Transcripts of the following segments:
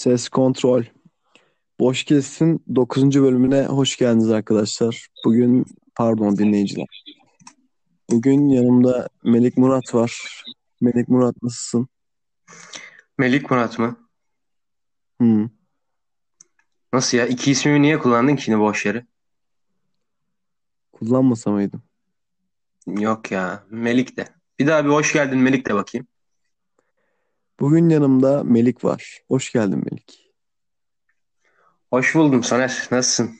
Ses kontrol. Boş Kesit'in 9. bölümüne hoş geldiniz arkadaşlar. Bugün, pardon dinleyiciler. Bugün yanımda Melik Murat var. Melik Murat nasılsın? Melik Murat mı? Hmm. Nasıl ya? İki ismimi niye kullandın ki yine boş yere? Kullanmasa mıydım? Yok ya. Melik de. Bir daha bir hoş geldin Melik de bakayım. Bugün yanımda Melik var. Hoş geldin Melik. Hoş buldum Soner. Nasılsın?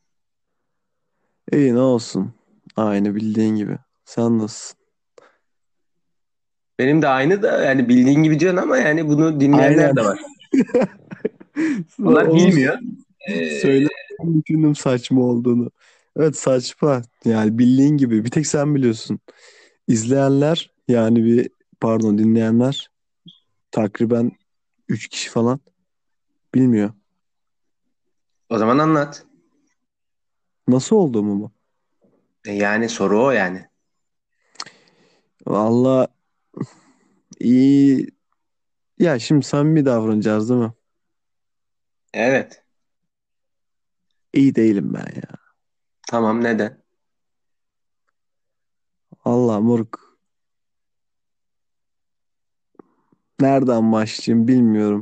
İyi ne olsun. Aynı bildiğin gibi. Sen nasılsın? Benim de aynı da yani bildiğin gibi diyorsun ama yani bunu dinleyenler Aynen. de var. Onlar Onu bilmiyor. söylemek düşündüm saçma olduğunu. Evet saçma. Yani bildiğin gibi. Bir tek sen biliyorsun. İzleyenler yani pardon dinleyenler takriben 3 kişi falan bilmiyor. O zaman anlat. Nasıl olduğumu bu? Yani soru o yani. Valla iyi. Ya şimdi samimi davranacağız değil mi? Evet. İyi değilim ben ya. Tamam neden? Allah moruk. Nereden başlayayım bilmiyorum.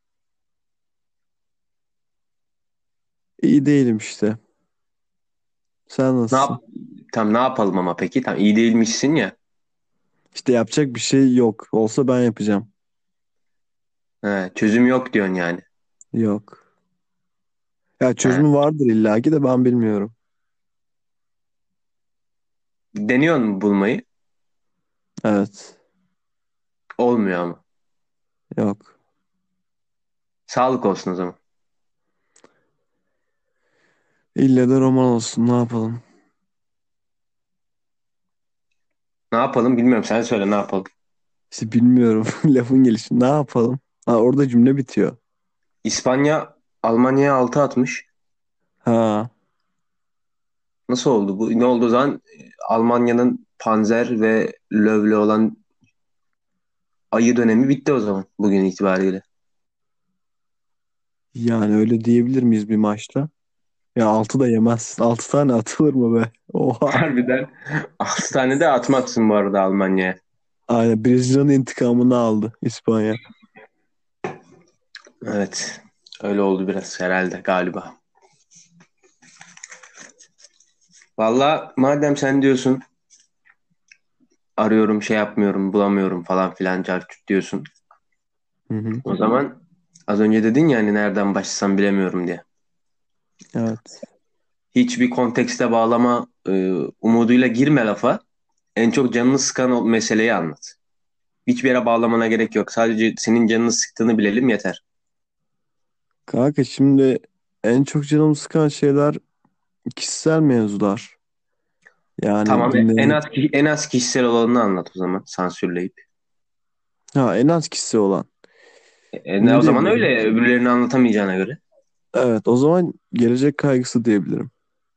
İyi değilim işte. Sen Ne nasılsın? yap? Tam ne yapalım ama peki? Tam iyi değilmişsin ya. İşte yapacak bir şey yok. Olsa ben yapacağım. He, çözüm yok diyorsun yani. Yok. Ya He. çözümü vardır illaki de ben bilmiyorum. Deniyor mu bulmayı? Evet. Olmuyor ama. Yok. Sağlık olsun o zaman. İlle de roman olsun. Ne yapalım? Ne yapalım bilmiyorum. Sen söyle ne yapalım. İşte bilmiyorum. Lafın gelişi. Ne yapalım? Ha, orada cümle bitiyor. İspanya Almanya'ya 6 atmış. Ha. Nasıl oldu bu? Ne oldu o zaman? Almanya'nın Panzer ve Löw'le olan ayı dönemi bitti o zaman bugün itibariyle. Yani öyle diyebilir miyiz bir maçta? Ya 6 da yemez. 6 tane atılır mı be? Oha. Harbiden 6 tane de atmaksın bu arada Almanya'ya. Aynen Brezilya'nın intikamını aldı İspanya. Evet. Öyle oldu biraz herhalde galiba. Valla madem sen diyorsun arıyorum şey yapmıyorum bulamıyorum falan filan cartçut diyorsun. Hı hı. O zaman az önce dedin ya hani nereden başlasam bilemiyorum diye. Evet. Hiçbir kontekste bağlama umuduyla girme lafa. En çok canını sıkan o meseleyi anlat. Hiçbir yere bağlamana gerek yok. Sadece senin canını sıktığını bilelim yeter. Kanka şimdi en çok canımı sıkan şeyler kişisel mevzular. Yani Tamam. En dinleyen... az en az kişisel olanını anlat o zaman sansürleyip. Ha en az kişisel olan. O Ne zaman diyebilirim? öyle öbürlerini anlatamayacağına göre. Evet o zaman gelecek kaygısı diyebilirim.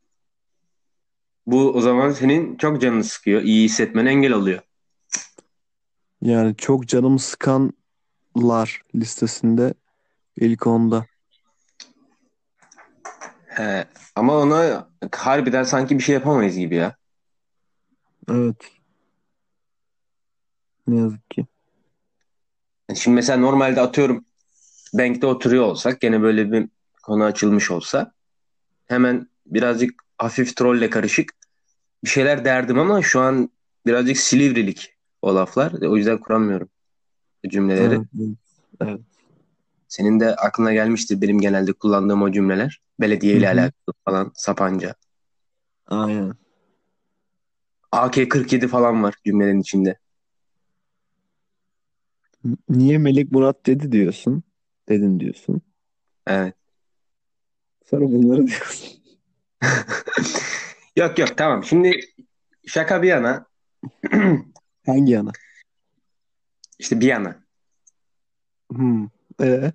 Bu o zaman senin çok canını sıkıyor. İyi hissetmene engel oluyor. Yani çok canımı sıkanlar listesinde ilk onda. He. Ama ona harbiden sanki bir şey yapamayız gibi ya. Evet ne yazık ki. Şimdi mesela normalde atıyorum bankte oturuyor olsak gene böyle bir konu açılmış olsa hemen birazcık hafif trolle karışık bir şeyler derdim ama şu an birazcık silivrilik o laflar. O yüzden kuramıyorum cümleleri. Evet, evet. Evet. Senin de aklına gelmiştir benim genelde kullandığım o cümleler. Belediye Hı ile hı. alakalı falan Sapanca. Aynen. AK-47 falan var cümlenin içinde. Niye Melik Murat dedi diyorsun? Dedin diyorsun. Evet. Sonra bunları diyorsun. Yok yok tamam. Şimdi şaka bir yana Hangi yana? işte bir yana. Hmm. E,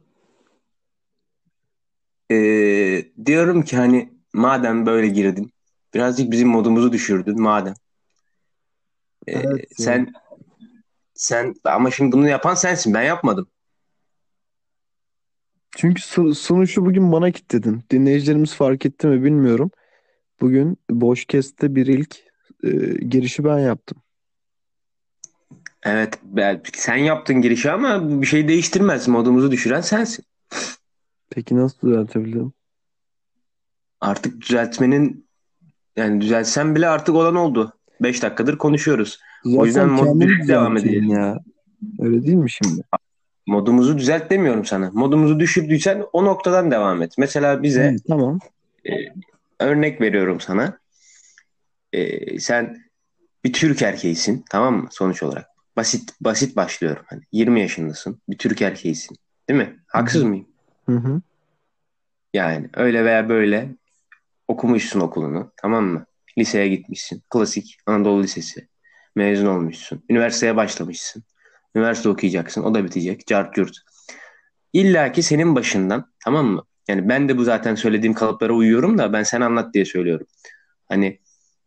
Diyorum ki hani madem böyle girdin birazcık bizim modumuzu düşürdün madem. evet ya. Sen ama şimdi bunu yapan sensin ben yapmadım. Çünkü sunuşu bugün bana kilitledin. Dinleyicilerimiz fark etti mi bilmiyorum. Bugün boş keste bir ilk e, girişi ben yaptım. Evet, sen yaptın girişi ama bu bir şey değiştirmez. Modumuzu düşüren sensin. Peki nasıl düzeltebilirim? Artık düzeltmenin, yani düzeltsen bile artık olan oldu. 5 dakikadır konuşuyoruz. O yüzden Düzeltsem mod kendimi düşük devam düzeltiyorum edelim. ya. Öyle değil mi şimdi? Modumuzu düzelt demiyorum sana. Modumuzu düşürdüysen o noktadan devam et. Mesela bize Tamam. e, örnek veriyorum sana. Sen bir Türk erkeğisin, tamam mı, sonuç olarak? Basit basit başlıyorum. Hani 20 yaşındasın. Bir Türk erkeğisin. Değil mi? Hı Haksız hı. mıyım? Hı hı. Yani öyle veya böyle okumuşsun okulunu, tamam mı? Liseye gitmişsin. Klasik Anadolu Lisesi. Mezun olmuşsun. Üniversiteye başlamışsın. Üniversite okuyacaksın. O da bitecek. Cart curt. İlla ki senin başından, tamam mı? Yani ben de bu zaten söylediğim kalıplara uyuyorum da ben sen anlat diye söylüyorum. Hani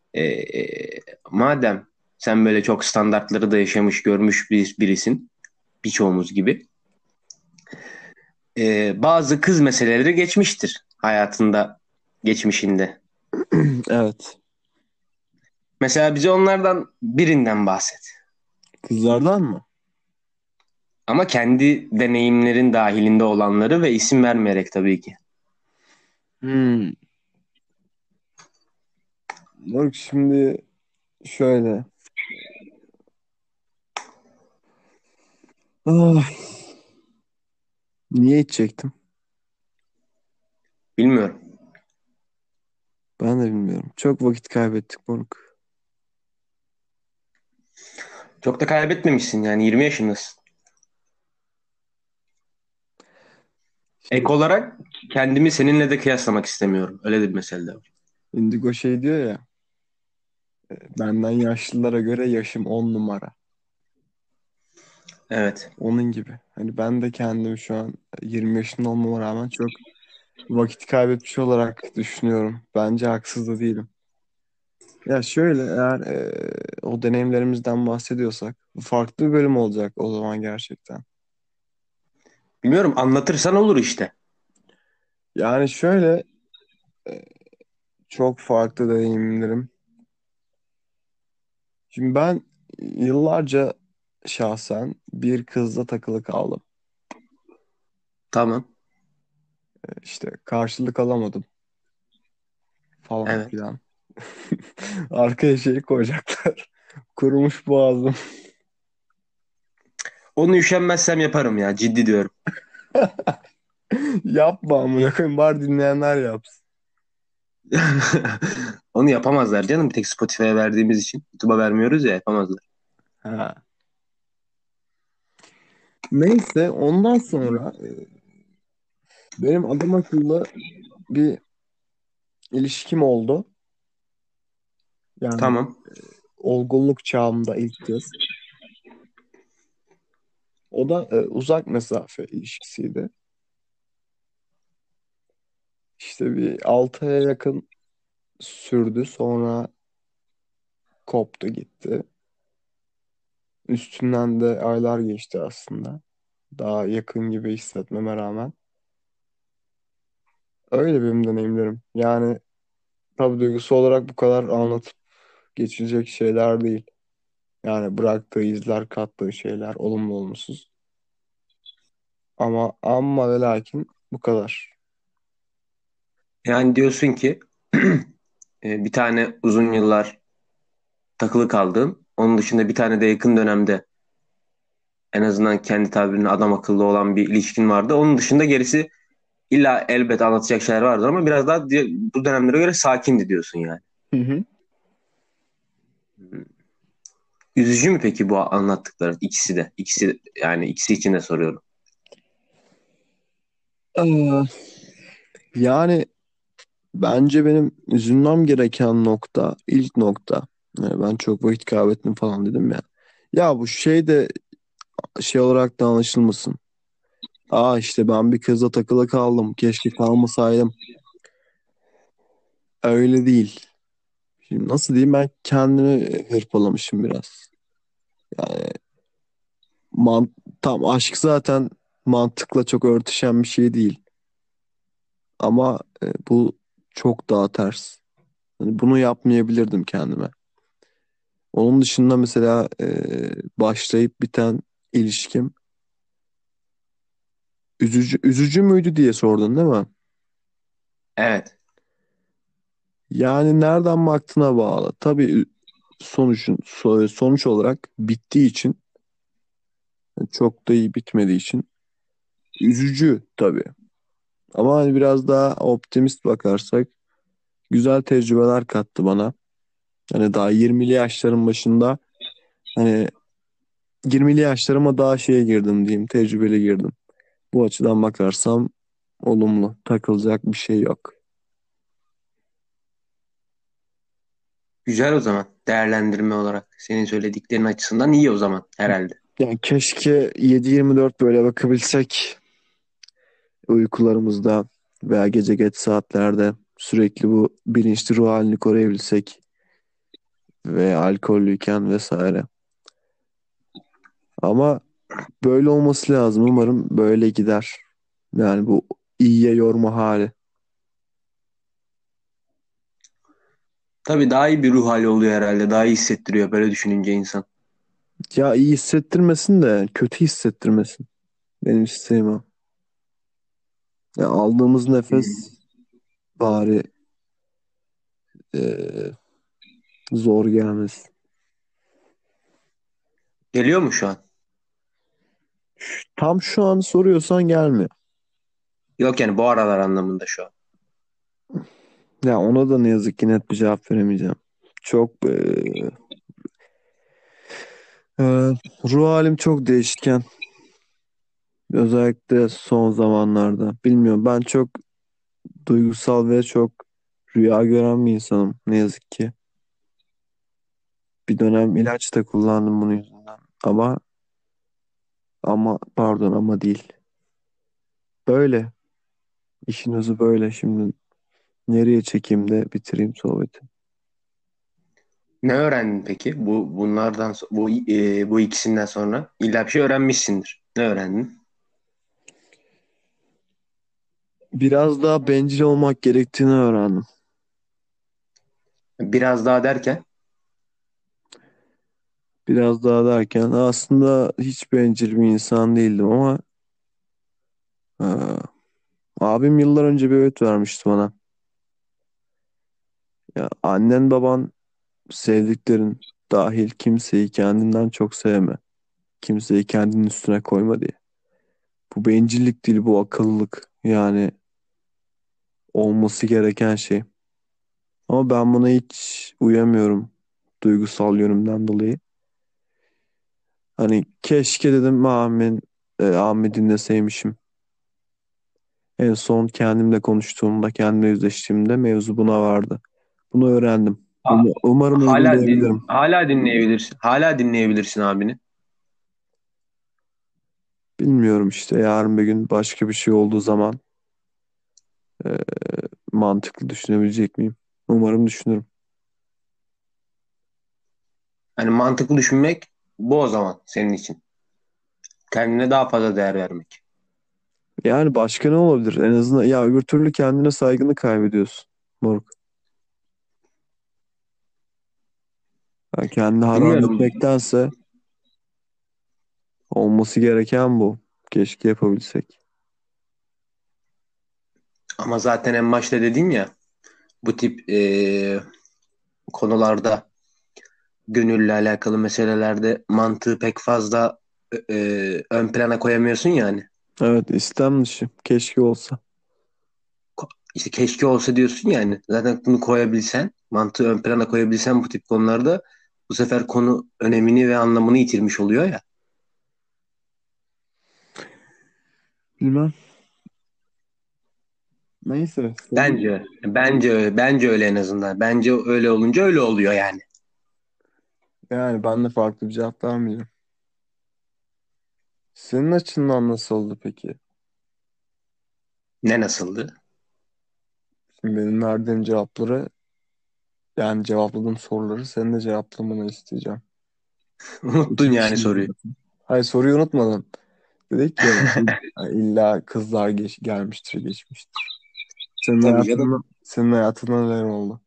madem sen böyle çok standartları da yaşamış görmüş birisin, birçoğumuz gibi. Bazı kız meseleleri geçmiştir hayatında, geçmişinde. Evet. Mesela bize onlardan birinden bahset. Kızlardan mı? Ama kendi deneyimlerin dahilinde olanları ve isim vermeyerek tabii ki. Hmm. Bak şimdi şöyle. Ah, niye içecektim? Bilmiyorum. Ben de bilmiyorum. Çok vakit kaybettik moruk. Çok da kaybetmemişsin, yani 20 yaşındasın. Şimdi Ek olarak kendimi seninle de kıyaslamak istemiyorum. Öyle de bir mesele de var. Indigo şey diyor ya. Benden yaşlılara göre yaşım 10 numara. Evet. Onun gibi. Hani ben de kendimi şu an 20 yaşında olmama rağmen çok vakit kaybetmiş olarak düşünüyorum. Bence haksız da değilim. Ya şöyle eğer o deneyimlerimizden bahsediyorsak farklı bir bölüm olacak o zaman gerçekten. Bilmiyorum, anlatırsan olur işte. Yani şöyle e, çok farklı deneyimlerim. Şimdi ben yıllarca şahsen bir kızla takılı kaldım. Tamam. İşte karşılık alamadım falan Evet. filan. Arkaya şey koyacaklar. Kurumuş boğazım. Onu üşenmezsem yaparım ya. Ciddi diyorum. Yapma amına koyayım. Bari dinleyenler yapsın. Onu yapamazlar canım. Bir tek Spotify'a verdiğimiz için. YouTube'a vermiyoruz ya, yapamazlar. Ha. Neyse ondan sonra benim adam akıllı bir ilişkim oldu. Yani Tamam. olgunluk çağımda ilk kez. O da uzak mesafe ilişkisiydi. İşte bir 6 aya yakın sürdü. Sonra koptu gitti. Üstünden de aylar geçti aslında. Daha yakın gibi hissetmeme rağmen. Öyle benim deneyimlerim. Yani tabii duygusu olarak bu kadar anlatıp geçilecek şeyler değil. Yani bıraktığı izler, kattığı şeyler olumlu olumsuz. Ama ve lakin bu kadar. Yani diyorsun ki bir tane uzun yıllar takılı kaldığım, onun dışında bir tane de yakın dönemde en azından kendi tabirine adam akıllı olan bir ilişkin vardı. Onun dışında gerisi illa elbet anlatacak şeyler vardır ama biraz daha bu dönemlere göre sakindi diyorsun yani. Hı hı. Üzücü mü peki bu anlattıkların ikisi de? İkisi, yani ikisi için de soruyorum. Aa, yani bence benim üzülmem gereken nokta, ilk nokta. Yani ben çok vakit kaybettim falan dedim ya. Ya bu şey de şey olarak da anlaşılmasın. Aa işte ben bir kızla takılı kaldım. Keşke kalmasaydım. Öyle değil. Şimdi nasıl diyeyim ben kendimi hırpalamışım biraz. Yani man tam aşk zaten mantıkla çok örtüşen bir şey değil. Ama bu çok daha ters. Hani bunu yapmayabilirdim kendime. Onun dışında mesela başlayıp biten ilişkim üzücü müydü diye sordun değil mi? Evet. Yani nereden baktığına bağlı. Tabii sonuç olarak bittiği için çok da iyi bitmediği için üzücü tabii. Ama hani biraz daha optimist bakarsak güzel tecrübeler kattı bana. Hani daha 20'li yaşların başında hani 20'li yaşlarıma daha şeye girdim diyeyim, tecrübeli girdim. Bu açıdan bakarsam olumlu, takılacak bir şey yok. Güzel o zaman. Değerlendirme olarak. Senin söylediklerin açısından iyi o zaman herhalde. Yani keşke 7/24 böyle bakabilsek uykularımızda veya gece geç saatlerde sürekli bu bilinçli ruh halini koruyabilsek ve alkollüyken vesaire. Ama böyle olması lazım. Umarım böyle gider. Yani bu iyiye yorma hali. Tabii daha iyi bir ruh hali oluyor herhalde. Daha iyi hissettiriyor böyle düşününce insan. Ya iyi hissettirmesin de kötü hissettirmesin. Benim isteğim o. Ya aldığımız Hmm. nefes bari e, zor gelmesin. Geliyor mu şu an? Tam şu an soruyorsan gelmiyor. Yok yani bu aralar anlamında şu an. Ya ona da ne yazık ki net bir cevap veremeyeceğim. Çok e, ruh halim çok değişken. Özellikle son zamanlarda. Bilmiyorum, ben çok duygusal ve çok rüya gören bir insanım ne yazık ki. Bir dönem ilaç da kullandım bunun yüzünden. Ama pardon, ama değil. Böyle. İşin özü böyle. Şimdi nereye çekeyim de bitireyim sohbeti. Ne öğrendin peki? Bu ikisinden sonra illa bir şey öğrenmişsindir. Ne öğrendin? Biraz daha bencil olmak gerektiğini öğrendim. Biraz daha derken Biraz daha derken aslında hiç bencil bir insan değildim ama e, abim yıllar önce bir öğüt vermişti bana. Ya annen baban, sevdiklerin dahil kimseyi kendinden çok sevme. Kimseyi kendinin üstüne koyma diye. Bu bencillik değil, bu akıllılık. Yani olması gereken şey. Ama ben buna hiç uyamıyorum duygusal yönümden dolayı. Hani keşke dedim Ahmet'i dinleseymişim. En son kendimle konuştuğumda, kendimle yüzleştiğimde mevzu buna vardı. Bunu öğrendim. Umarım uygulayabilirim. hala dinleyebilirsin. Hala dinleyebilirsin abini. Bilmiyorum işte, yarın bir gün başka bir şey olduğu zaman e, mantıklı düşünebilecek miyim? Umarım düşünürüm. Hani mantıklı düşünmek bu o zaman senin için. Kendine daha fazla değer vermek. Yani başka ne olabilir? En azından ya öbür türlü kendine saygını kaybediyorsun. Moruk. Yani kendini haram Bilmiyorum etmektense olması gereken bu. Keşke yapabilsek. ama zaten en başta dedin ya bu tip konularda gönülle alakalı meselelerde mantığı pek fazla ön plana koyamıyorsun yani. Evet, istem dışı. Keşke olsa. İşte keşke olsa diyorsun yani. Zaten bunu koyabilsen, mantığı ön plana koyabilsen bu tip konularda bu sefer konu önemini ve anlamını yitirmiş oluyor ya. Bilmem. Neyse. Bence öyle en azından. Bence öyle olunca öyle oluyor yani. Yani ben de farklı bir cevap vermeyeceğim. Senin açından nasıl oldu peki? Ne nasıldı? Şimdi benim verdiğim cevapları, yani cevapladığım soruları senin de cevaplamanı isteyeceğim. Unuttun İki yani kişiyiz soruyu. zaten. Hayır, soruyu unutmadın. Dedik ya illa kızlar gelmiştir geçmiştir. Tabii canım. Senin hayatında neler oldu?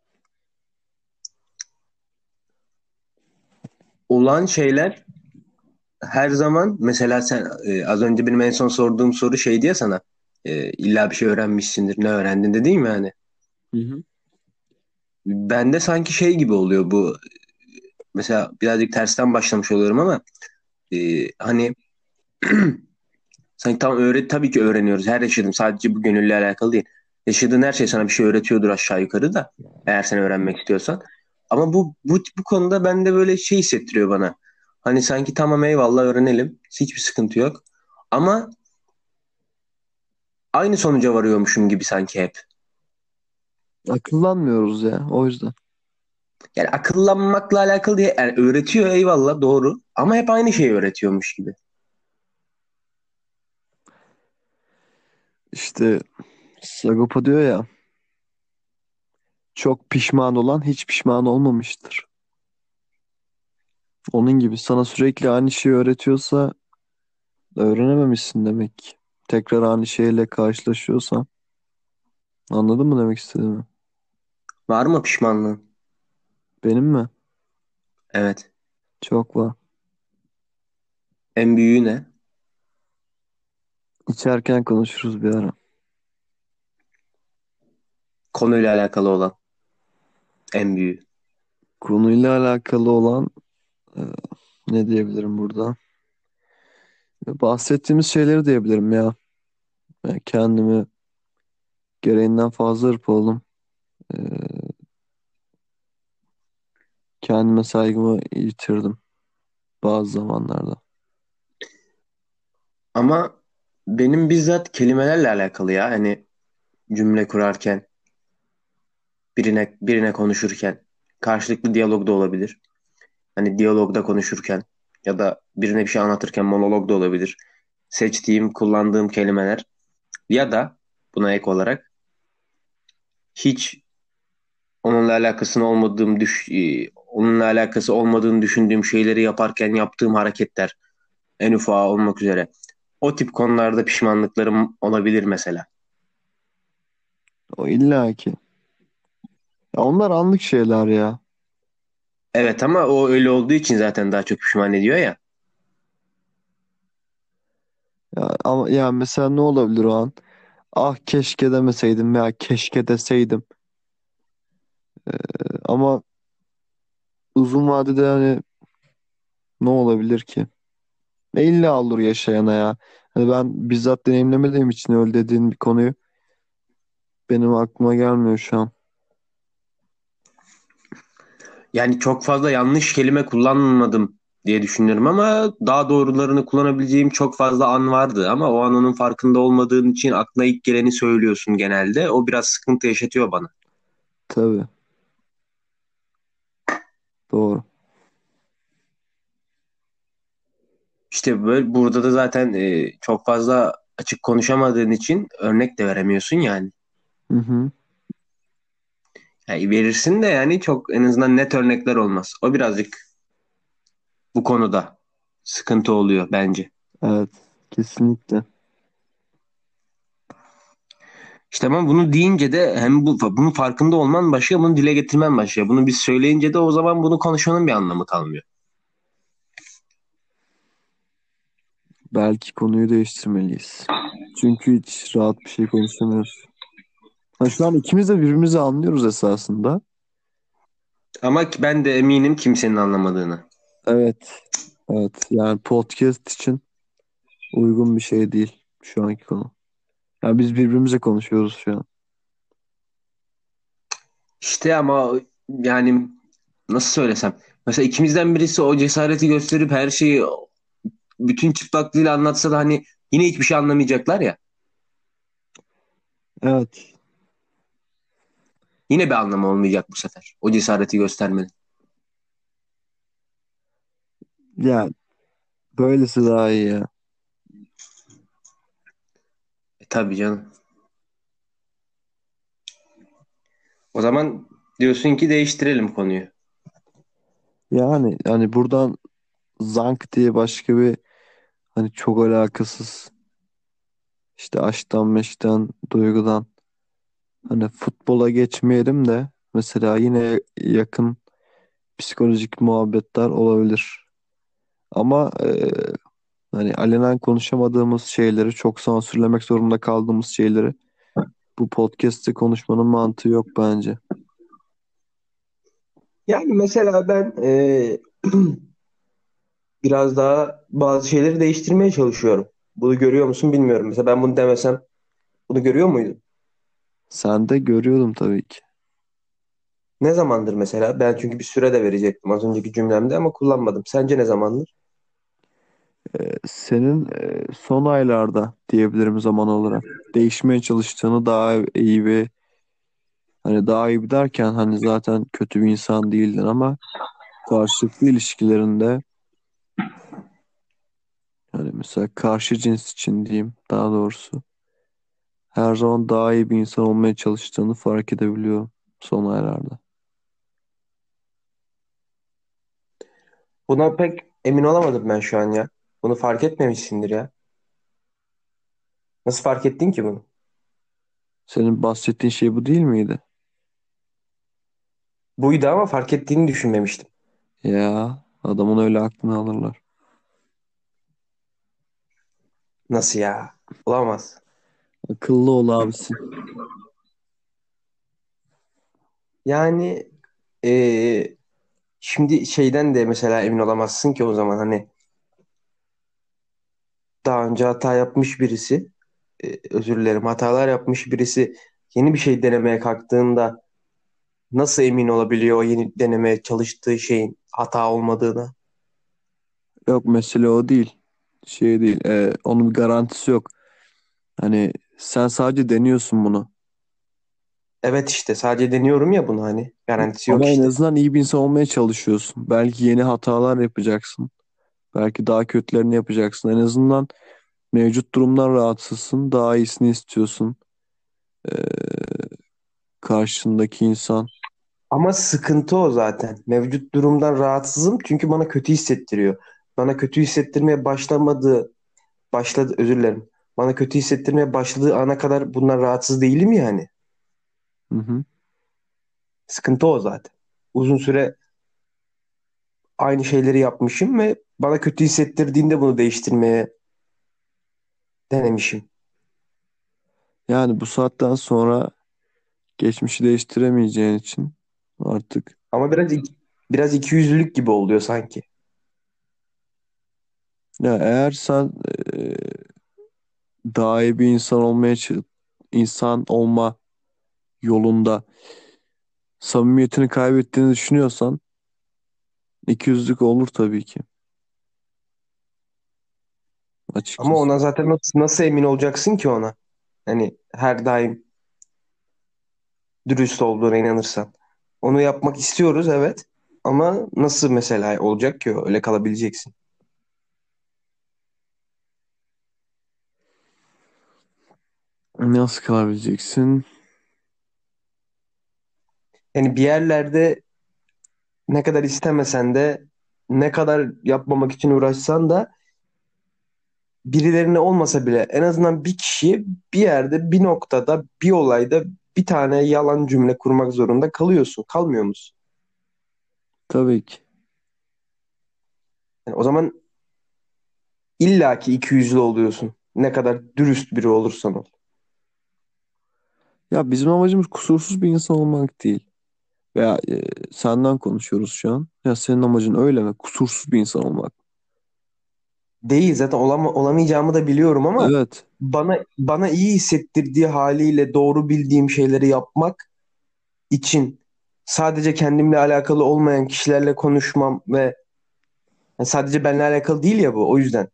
Olan şeyler her zaman mesela sen az önce benim en son sorduğum soru şey diye sana illa bir şey öğrenmişsindir. Ne öğrendin de değil mi yani? Hı hı. Bende sanki şey gibi oluyor bu. Mesela birazcık tersten başlamış oluyorum ama hani sanki tam tabii ki öğreniyoruz. Her yaşadığım sadece bu gönülle alakalı değil. Yaşadığın her şey sana bir şey öğretiyordur aşağı yukarı da eğer sen öğrenmek istiyorsan. Ama bu konuda bende böyle şey hissettiriyor bana. Hani sanki tamam eyvallah öğrenelim. Hiçbir sıkıntı yok. Ama aynı sonuca varıyormuşum gibi sanki hep. Akıllanmıyoruz ya o yüzden. Yani akıllanmakla alakalı diye yani öğretiyor eyvallah doğru. Ama hep aynı şeyi öğretiyormuş gibi. İşte Sagopa diyor ya, çok pişman olan hiç pişman olmamıştır. Onun gibi sana sürekli aynı şeyi öğretiyorsa öğrenememişsin demek ki. Tekrar aynı şeyle karşılaşıyorsan, anladın mı demek istediğimi? Var mı pişmanlığın? Benim mi? Evet. Çok var. En büyüğü ne? İçerken konuşuruz bir ara. Konuyla alakalı olan en büyüğü. Konuyla alakalı olan e, ne diyebilirim burada? Bahsettiğimiz şeyleri diyebilirim ya. Yani kendimi gereğinden fazla hırpaladım. E, Kendime saygımı yitirdim bazı zamanlarda. Ama benim bizzat kelimelerle alakalı ya. Hani cümle kurarken, birine konuşurken, karşılıklı diyalog da olabilir. Hani diyalogda konuşurken ya da birine bir şey anlatırken monolog da olabilir. Seçtiğim, kullandığım kelimeler ya da buna ek olarak hiç onunla alakası olmadığını düşündüğüm şeyleri yaparken yaptığım hareketler en ufağı olmak üzere. O tip konularda pişmanlıklarım olabilir mesela. O illaki. Ya onlar anlık şeyler ya. Evet ama o öyle olduğu için zaten daha çok pişman ediyor ya. Ya ama ya mesela ne olabilir o an? Ah keşke demeseydim veya keşke deseydim. Ama uzun vadede hani ne olabilir ki? Ne illa olur yaşayana ya. Hani ben bizzat deneyimlemediğim için öyle dediğin bir konuyu benim aklıma gelmiyor şu an. Yani çok fazla yanlış kelime kullanmadım diye düşünüyorum ama daha doğrularını kullanabileceğim çok fazla an vardı ama o an onun farkında olmadığın için aklına ilk geleni söylüyorsun genelde. O biraz sıkıntı yaşatıyor bana. Tabii, doğru. İşte böyle burada da zaten çok fazla açık konuşamadığın için örnek de veremiyorsun yani. Hı hı. Yani verirsin de yani çok en azından net örnekler olmaz. O birazcık bu konuda sıkıntı oluyor bence. Evet, kesinlikle. İşte ama bunu deyince de hem bunun farkında olman başlıyor, bunu dile getirmen başlıyor. Bunu biz söyleyince de o zaman bunu konuşmanın bir anlamı kalmıyor. Belki konuyu değiştirmeliyiz. Çünkü hiç rahat bir şey konuşamıyoruz. Ha, şu an ikimiz de birbirimizi anlıyoruz esasında. Ama ben de eminim kimsenin anlamadığını. Evet. Evet. Yani podcast için uygun bir şey değil şu anki konu. Yani biz birbirimize konuşuyoruz şu an. İşte ama yani nasıl söylesem. Mesela ikimizden birisi o cesareti gösterip her şeyi bütün çıplaklığıyla anlatsa da hani yine hiçbir şey anlamayacaklar ya. Evet. Yine bir anlamı olmayacak bu sefer. O cesareti göstermenin. Ya böylesi daha iyi ya. Tabii canım. O zaman diyorsun ki değiştirelim konuyu. Yani buradan zank diye başka bir Hani çok alakasız. İşte aşktan meşkten, duygudan. Hani futbola geçmeyelim de mesela yine yakın psikolojik muhabbetler olabilir. Ama hani alenen konuşamadığımız şeyleri, çok sansürlemek zorunda kaldığımız şeyleri bu podcast'te konuşmanın mantığı yok bence. Yani mesela ben biraz daha bazı şeyleri değiştirmeye çalışıyorum. Bunu görüyor musun bilmiyorum. Mesela ben bunu demesem bunu görüyor muydun? Sen de görüyordum tabii ki. Ne zamandır mesela? Ben çünkü bir süre de verecektim az önceki cümlemde ama kullanmadım. Sence ne zamandır? Senin son aylarda diyebilirim zaman olarak değişmeye çalıştığını, daha iyi ve hani daha iyi bir derken hani zaten kötü bir insan değildin ama karşılıklı ilişkilerinde hani mesela karşı cins için diyeyim daha doğrusu her zaman daha iyi bir insan olmaya çalıştığını fark edebiliyorum son aylarda. Buna pek emin olamadım ben şu an ya. Bunu fark etmemişsindir ya. Nasıl fark ettin ki bunu? Senin bahsettiğin şey bu değil miydi? Buydu ama fark ettiğini düşünmemiştim. Ya adamın öyle aklını alırlar. Nasıl ya? Olamaz. Akıllı ol abisi. Yani eee, şimdi şeyden de mesela emin olamazsın ki o zaman hani daha önce hata yapmış birisi, özür dilerim, hatalar yapmış birisi yeni bir şey denemeye kalktığında nasıl emin olabiliyor o yeni denemeye çalıştığı şeyin hata olmadığına? Yok mesele o değil. Şey değil. Onun bir garantisi yok. Hani sen sadece deniyorsun bunu. Evet işte sadece deniyorum ya bunu hani garantisi yok Ama en işte. azından iyi bir insan olmaya çalışıyorsun. Belki yeni hatalar yapacaksın. Belki daha kötülerini yapacaksın. En azından mevcut durumdan rahatsızsın. Daha iyisini istiyorsun. Ee, karşındaki insan. Ama sıkıntı o zaten. Mevcut durumdan rahatsızım çünkü bana kötü hissettiriyor. Bana kötü hissettirmeye başladı özür dilerim. Bana kötü hissettirmeye başladığı ana kadar bundan rahatsız değilim yani. Hı hı. Sıkıntı o zaten. Uzun süre aynı şeyleri yapmışım ve bana kötü hissettirdiğinde bunu değiştirmeye denemişim. Yani bu saatten sonra geçmişi değiştiremeyeceğin için artık Ama biraz ikiyüzlülük gibi oluyor sanki. ya eğer sen e, daha iyi bir insan insan olma yolunda samimiyetini kaybettiğini düşünüyorsan ikiyüzlülük olur tabii ki Ama açıkçası. ona zaten nasıl emin olacaksın ki ona? Hani her daim dürüst olduğuna inanırsan. Onu yapmak istiyoruz evet. Ama nasıl mesela olacak ki o? Öyle kalabileceksin. Nasıl kalabileceksin? Yani bir yerlerde ne kadar istemesen de ne kadar yapmamak için uğraşsan da birilerine olmasa bile en azından bir kişiye bir yerde bir noktada bir olayda bir tane yalan cümle kurmak zorunda kalıyorsun. Kalmıyor musun? Tabii ki. Yani o zaman illaki ikiyüzlü oluyorsun. Ne kadar dürüst biri olursan ol. Ya bizim amacımız kusursuz bir insan olmak değil. Veya senden konuşuyoruz şu an. Ya senin amacın öyle mi? Kusursuz bir insan olmak. Değil zaten olamayacağımı da biliyorum ama Evet. bana iyi hissettirdiği haliyle doğru bildiğim şeyleri yapmak için sadece kendimle alakalı olmayan kişilerle konuşmam ve yani sadece benimle alakalı değil ya bu o yüzden.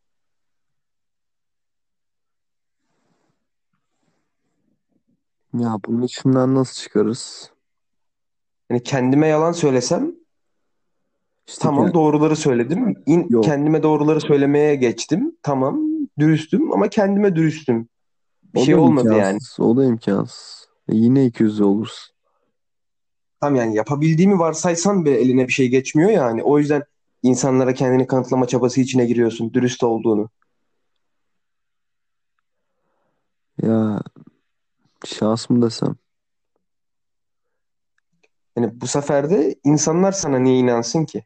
Ya bunun içinden nasıl çıkarız? Yani kendime yalan söylesem İşte tamam doğruları söyledim. yok. Kendime doğruları söylemeye geçtim. Tamam dürüstüm ama kendime dürüstüm. Bir O şey da olmadı yani. imkansız. O da imkansız. Yine ikiyüzlü olursun. Tam yani yapabildiğimi varsaysan bile eline bir şey geçmiyor yani. O yüzden insanlara kendini kanıtlama çabası içine giriyorsun dürüst olduğunu. Ya şans mı desem? Yani bu sefer de insanlar sana niye inansın ki?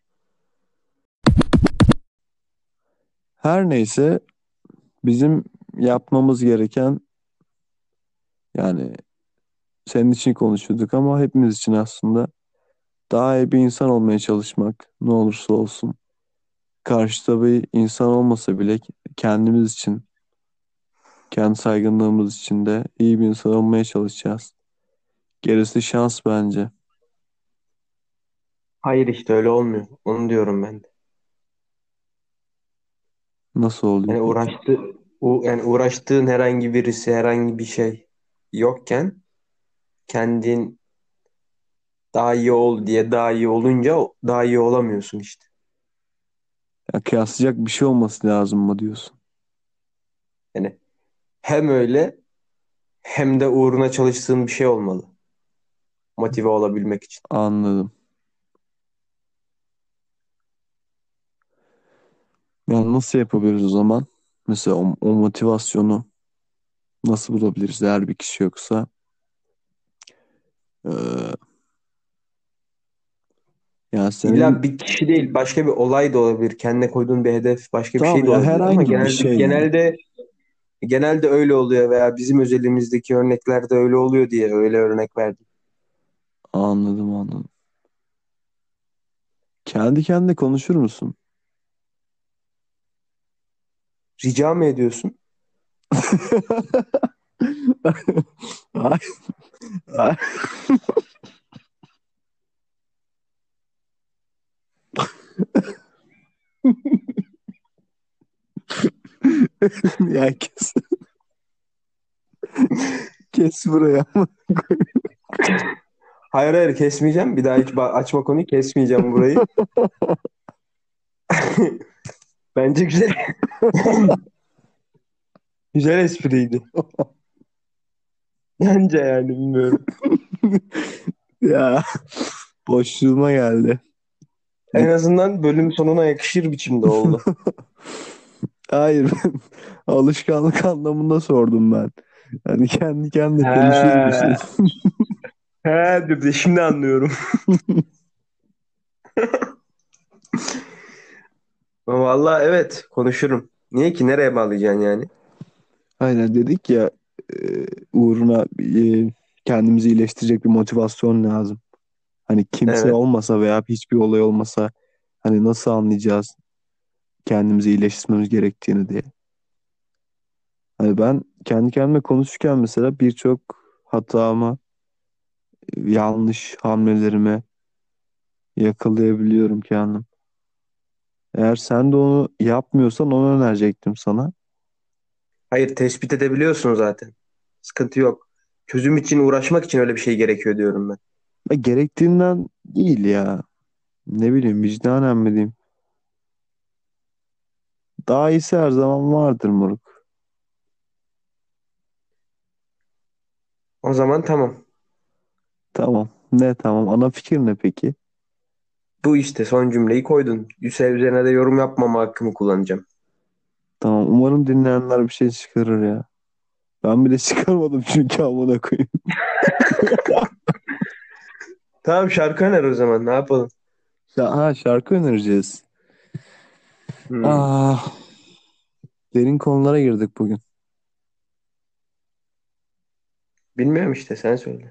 Her neyse bizim yapmamız gereken, yani senin için konuşuyorduk ama hepimiz için aslında daha iyi bir insan olmaya çalışmak, ne olursa olsun. Karşıda bir insan olmasa bile kendimiz için, kendi saygınlığımız için de iyi bir insan olmaya çalışacağız. Gerisi şans bence. Hayır işte öyle olmuyor. Onu diyorum ben de. Nasıl oluyor Yani peki? yani uğraştığın herhangi birisi, herhangi bir şey yokken kendin daha iyi ol diye daha iyi olunca daha iyi olamıyorsun işte. Ya kıyaslayacak bir şey olması lazım mı diyorsun? Yani hem öyle hem de uğruna çalıştığın bir şey olmalı. Motive olabilmek için. Anladım. Yani nasıl yapabiliriz o zaman? Mesela o motivasyonu nasıl bulabiliriz eğer bir kişi yoksa? Ee, yani senin İlla bir kişi değil, başka bir olay da olabilir. Kendine koyduğun bir hedef, başka bir tamam şey de ya olabilir. Ama herhangi bir genelde şey yani. genelde genelde öyle oluyor veya bizim özelimizdeki örneklerde öyle oluyor diye öyle örnek verdim. Anladım anladım. Kendi kendine konuşur musun? Rica mı ediyorsun? Ay, ay. Ya kes buraya. Hayır hayır kesmeyeceğim. Bir daha hiç açma konuyu kesmeyeceğim burayı. Bence güzel. Güzel espriydi. Bence yani bilmiyorum. Ya boşluğuma geldi. En azından bölüm sonuna yakışır biçimde oldu. Hayır ben alışkanlık anlamında sordum ben. Hani kendi kendine konuşur musun? He, he dedi. Şimdi anlıyorum. Vallahi evet konuşurum. Niye ki? Nereye bağlayacaksın yani? Aynen dedik ya, uğruna kendimizi iyileştirecek bir motivasyon lazım. Hani kimse Evet. olmasa veya hiçbir olay olmasa hani nasıl anlayacağız kendimizi iyileştirmemiz gerektiğini diye. Hani ben kendi kendime konuşurken mesela birçok hatama, yanlış hamlelerime yakalayabiliyorum kendim. Eğer sen de onu yapmıyorsan onu önerecektim sana. Hayır tespit edebiliyorsun zaten. Sıkıntı yok. Çözüm için uğraşmak için öyle bir şey gerekiyor diyorum ben. Gerektiğinden değil ya. Ne bileyim vicdanen mi diyeyim. Daha iyisi her zaman vardır moruk. O zaman tamam. Tamam. Ne tamam. Ana fikir ne peki? Bu işte son cümleyi koydun. Üzerine de yorum yapmama hakkımı kullanacağım. Tamam. Umarım dinleyenler bir şey çıkarır ya. Ben bile çıkarmadım çünkü amına koyayım. Tamam şarkı öner o zaman ne yapalım? Şarkı önereceğiz. Hmm. Ah, derin konulara girdik bugün. Bilmiyorum işte sen söyle.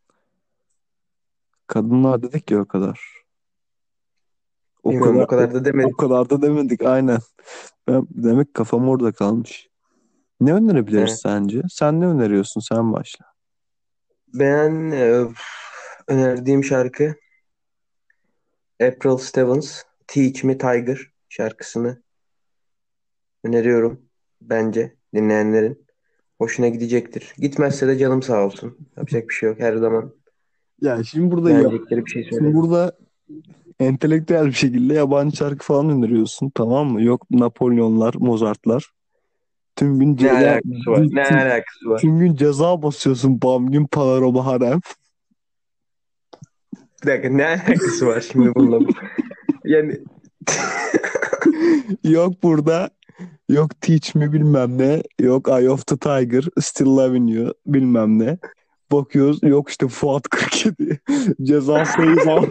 Kadınlar dedik ya o kadar. O Bilmiyorum kadar o kadar da o demedim. kadar da demedik aynen. Ben, demek kafam orada kalmış. Ne önerebiliriz He. sence? Sen ne öneriyorsun? Sen başla. Ben önerdiğim şarkı April Stevens Teach Me Tiger şarkısını öneriyorum. Bence dinleyenlerin hoşuna gidecektir. Gitmezse de canım sağ olsun. Yapacak bir şey yok. Her zaman Ya şimdi burada beğenecekleri bir şey şimdi söylerim. burada entelektüel bir şekilde yabancı şarkı falan öneriyorsun, tamam mı? Yok Napolyonlar, Mozartlar. Tüm gün Ne ya, alakası var? Ne alakası var? tüm gün ceza basıyorsun. Bam gün panorama harem. Bir dakika ne alakası var şimdi bununla? Yani Yok burada. Yok Teach Me bilmem ne. Yok Eye of the Tiger. Still Loving You bilmem ne. Bakıyoruz yok işte Fuat 47. Ceza sayı.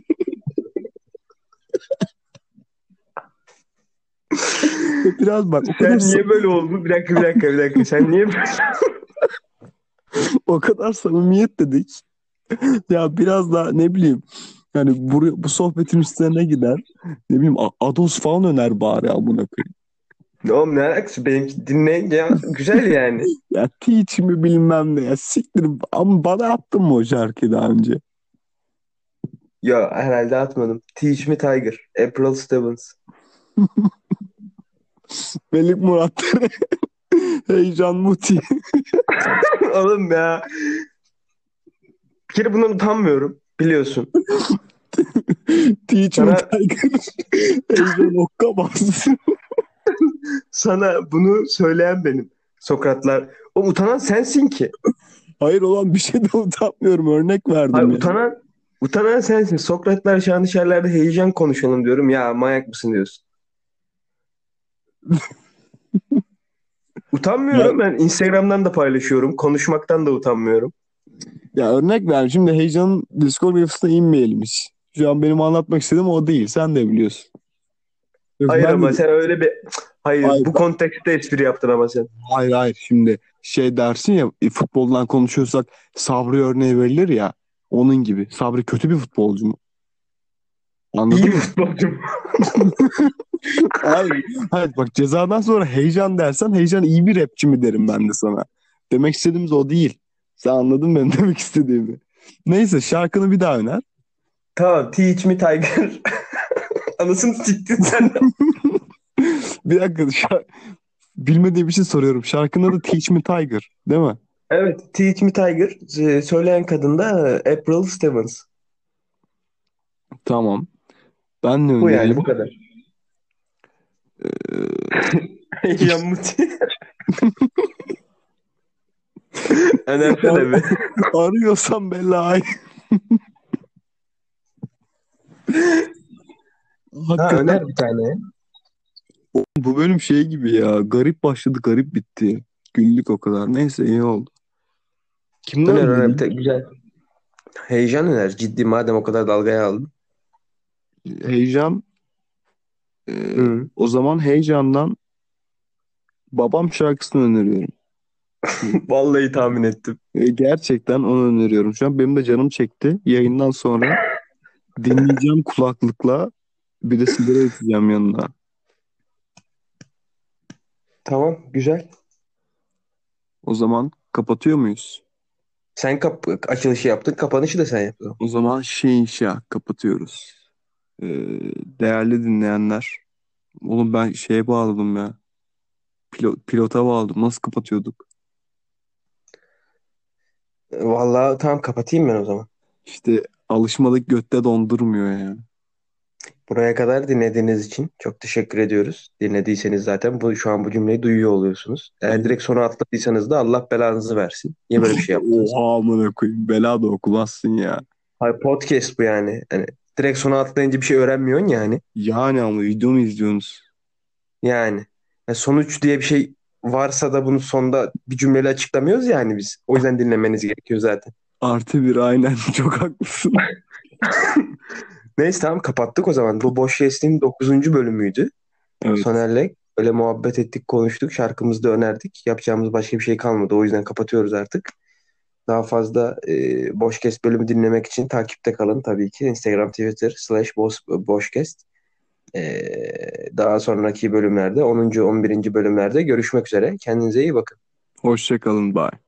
Biraz bak o kadar Sen niye böyle oldun? Bir dakika, bir dakika, bir dakika. Sen niye böyle... o kadar samimiyet dedik. Ya biraz daha ne bileyim yani bu sohbetin üstüne ne gider? Ne bileyim Ados falan öner bari amına koyayım. Oğlum ne alakası? Benimki dinleyince güzel yani. Ya Teach mi bilmem ne ya siktir ama bana attın mı o şarkıyı daha önce? Ya herhalde atmadım. Teach Me Tiger. April Stevens. Melik Murat Heyecan Muti. Oğlum ya. Bir kere bundan utanmıyorum. Biliyorsun. Teach me Sana Tiger. Heyecan Okkabaz. sana bunu söyleyen benim. Sokratlar. O utanan sensin ki. Hayır olan bir şeyden utanmıyorum örnek Hayır, verdim ya. utanan sensin. Sokratlar şanlışerlerde heyecan konuşalım diyorum. Ya manyak mısın diyorsun. Ya, Utanmıyorum. Ben Instagram'dan da paylaşıyorum. Konuşmaktan da utanmıyorum. ya örnek ver. Şimdi heyecanın diskografisine inmeyelim hiç. Şu an benim anlatmak istediğim o değil. Sen de biliyorsun. Yok, Hayır ben ama de sen öyle bir... Hayır, hayır, bu kontekste espri yaptın ama sen. hayır şimdi şey dersin ya futboldan konuşuyorsak Sabri örneği verilir ya onun gibi. Sabri kötü bir futbolcu mu? İyi Anladın bir mı? futbolcum. Hayır. Hayır bak cezadan sonra heyecan dersen heyecan iyi bir rapçi mi derim ben de sana. Demek istediğimiz o değil. Sen anladın benim demek istediğimi. Neyse şarkını bir daha öner. Tamam. Teach Me Tiger. Anasını siktin sen. Bir dakika bilmediğim bir şey soruyorum. Şarkının adı Teach Me Tiger değil mi? Evet. Teach Me Tiger. Söyleyen kadın da April Stevens. Tamam. Ben ne Bu yani, bu önereyim? kadar. Ee, Yammuti. Önersene bir. Arıyorsam belayı. Ha, Hakikaten öner bir tane. bu bölüm şey gibi ya. Garip başladı garip bitti. Günlük o kadar. Neyse iyi oldu. Kimden Öner bir önereyim? tane. Güzel. Heyecan öner. Ciddi, madem o kadar dalgaya aldın. Heyecan. Hı. O zaman heyecandan babam şarkısını öneriyorum. Vallahi tahmin ettim. Gerçekten onu öneriyorum. Şu an benim de canım çekti. Yayından sonra dinleyeceğim kulaklıkla bir de sigara içeceğim yanına. Tamam, güzel. O zaman kapatıyor muyuz? Sen açılışı yaptın. Kapanışı da sen yaptın. O zaman inşa kapatıyoruz. Ee, Değerli dinleyenler. Oğlum ben şeye bağladım ya. Pilota bağladım. Nasıl kapatıyorduk? Vallahi tamam, kapatayım ben o zaman. İşte alışmadık götte dondurmuyor ya. Buraya kadar dinlediğiniz için çok teşekkür ediyoruz. Dinlediyseniz zaten şu an bu cümleyi duyuyor oluyorsunuz. Eğer Evet. direkt sona atladıysanız da Allah belanızı versin. Niye böyle bir şey yaptınız? Oha amına koyayım. Bela da okumazsın ya. Hayır, podcast bu yani. Hani direkt sona atlayınca bir şey öğrenmiyorsun yani. Yani ama video mu izliyorsunuz? Yani. Sonuç diye bir şey varsa da bunu sonda bir cümleyle açıklamıyoruz yani biz. O yüzden dinlemeniz gerekiyor zaten. Artı bir aynen çok haklısın. Neyse, tamam, kapattık o zaman. Bu Boş Jest'in 9. bölümüydü. Evet. Soner'le öyle muhabbet ettik, konuştuk. Şarkımızı da önerdik. Yapacağımız başka bir şey kalmadı. O yüzden kapatıyoruz artık. Daha fazla Boşkest bölümü dinlemek için takipte kalın tabii ki. Instagram, Twitter /Boşkest. Daha sonraki bölümlerde 10. 11. bölümlerde görüşmek üzere. Kendinize iyi bakın. Hoşça kalın. Bye.